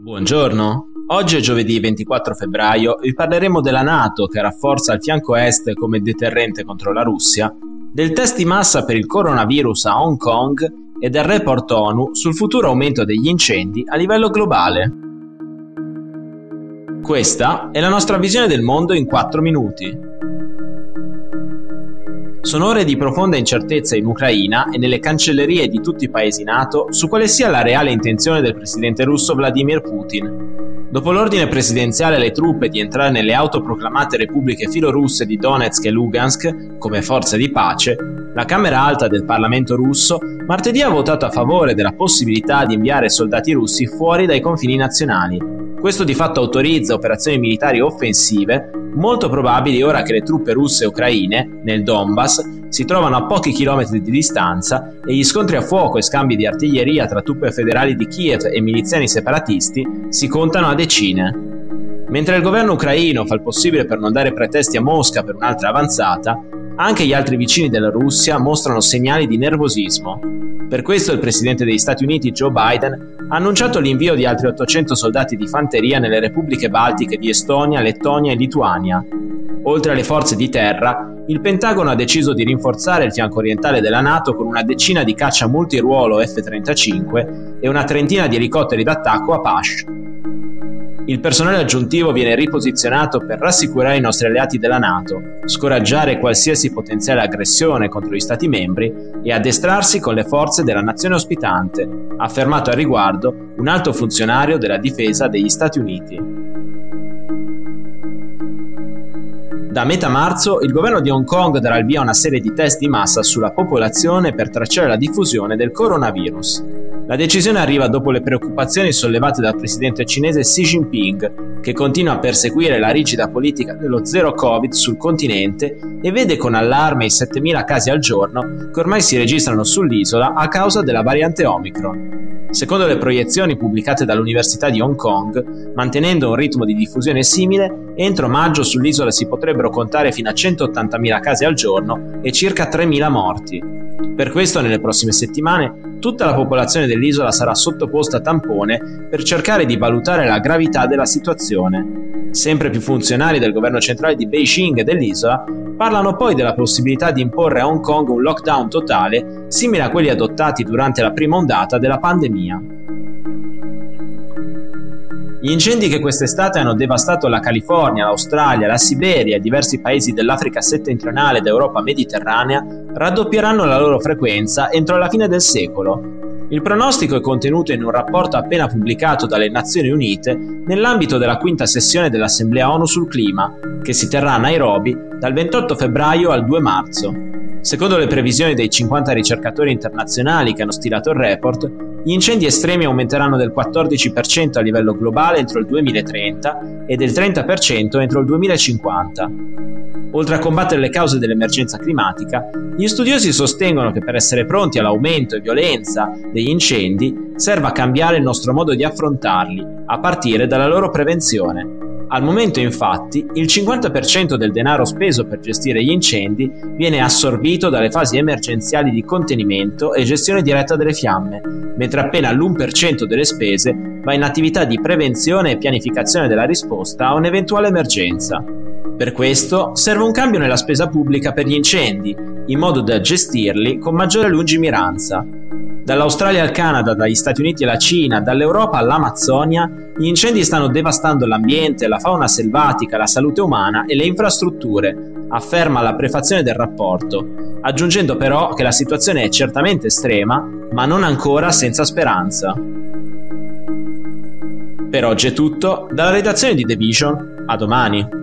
Buongiorno, oggi è giovedì 24 febbraio e vi parleremo della NATO che rafforza il fianco est come deterrente contro la Russia, del test di massa per il coronavirus a Hong Kong e del report ONU sul futuro aumento degli incendi a livello globale. Questa è la nostra visione del mondo in 4 minuti. Sono ore di profonda incertezza in Ucraina e nelle cancellerie di tutti i paesi NATO su quale sia la reale intenzione del presidente russo Vladimir Putin. Dopo l'ordine presidenziale alle truppe di entrare nelle autoproclamate repubbliche filorusse di Donetsk e Lugansk come forze di pace, la Camera Alta del Parlamento russo martedì ha votato a favore della possibilità di inviare soldati russi fuori dai confini nazionali. Questo di fatto autorizza operazioni militari offensive, molto probabili ora che le truppe russe e ucraine, nel Donbass, si trovano a pochi chilometri di distanza e gli scontri a fuoco e scambi di artiglieria tra truppe federali di Kiev e miliziani separatisti si contano a decine. Mentre il governo ucraino fa il possibile per non dare pretesti a Mosca per un'altra avanzata, anche gli altri vicini della Russia mostrano segnali di nervosismo. Per questo il presidente degli Stati Uniti Joe Biden ha annunciato l'invio di altri 800 soldati di fanteria nelle repubbliche baltiche di Estonia, Lettonia e Lituania. Oltre alle forze di terra, il Pentagono ha deciso di rinforzare il fianco orientale della NATO con una decina di caccia multiruolo F-35 e una trentina di elicotteri d'attacco Apache. Il personale aggiuntivo viene riposizionato per rassicurare i nostri alleati della NATO, scoraggiare qualsiasi potenziale aggressione contro gli Stati membri e addestrarsi con le forze della nazione ospitante, ha affermato al riguardo un alto funzionario della difesa degli Stati Uniti. Da metà marzo il governo di Hong Kong darà il via a una serie di test di massa sulla popolazione per tracciare la diffusione del coronavirus. La decisione arriva dopo le preoccupazioni sollevate dal presidente cinese Xi Jinping, che continua a perseguire la rigida politica dello zero Covid sul continente e vede con allarme i 7.000 casi al giorno che ormai si registrano sull'isola a causa della variante Omicron. Secondo le proiezioni pubblicate dall'Università di Hong Kong, mantenendo un ritmo di diffusione simile, entro maggio sull'isola si potrebbero contare fino a 180.000 casi al giorno e circa 3.000 morti. Per questo, nelle prossime settimane, tutta la popolazione dell'isola sarà sottoposta a tampone per cercare di valutare la gravità della situazione. Sempre più funzionari del governo centrale di Beijing e dell'isola parlano poi della possibilità di imporre a Hong Kong un lockdown totale simile a quelli adottati durante la prima ondata della pandemia. Gli incendi che quest'estate hanno devastato la California, l'Australia, la Siberia e diversi paesi dell'Africa settentrionale ed Europa mediterranea raddoppieranno la loro frequenza entro la fine del secolo. Il pronostico è contenuto in un rapporto appena pubblicato dalle Nazioni Unite nell'ambito della quinta sessione dell'Assemblea ONU sul clima, che si terrà a Nairobi dal 28 febbraio al 2 marzo. Secondo le previsioni dei 50 ricercatori internazionali che hanno stilato il report, gli incendi estremi aumenteranno del 14% a livello globale entro il 2030 e del 30% entro il 2050. Oltre a combattere le cause dell'emergenza climatica, gli studiosi sostengono che per essere pronti all'aumento e violenza degli incendi serva cambiare il nostro modo di affrontarli, a partire dalla loro prevenzione. Al momento, infatti, il 50% del denaro speso per gestire gli incendi viene assorbito dalle fasi emergenziali di contenimento e gestione diretta delle fiamme, mentre appena l'1% delle spese va in attività di prevenzione e pianificazione della risposta a un'eventuale emergenza. Per questo serve un cambio nella spesa pubblica per gli incendi, in modo da gestirli con maggiore lungimiranza. Dall'Australia al Canada, dagli Stati Uniti alla Cina, dall'Europa all'Amazzonia, gli incendi stanno devastando l'ambiente, la fauna selvatica, la salute umana e le infrastrutture, afferma la prefazione del rapporto, aggiungendo però che la situazione è certamente estrema, ma non ancora senza speranza. Per oggi è tutto, dalla redazione di The Vision, a domani.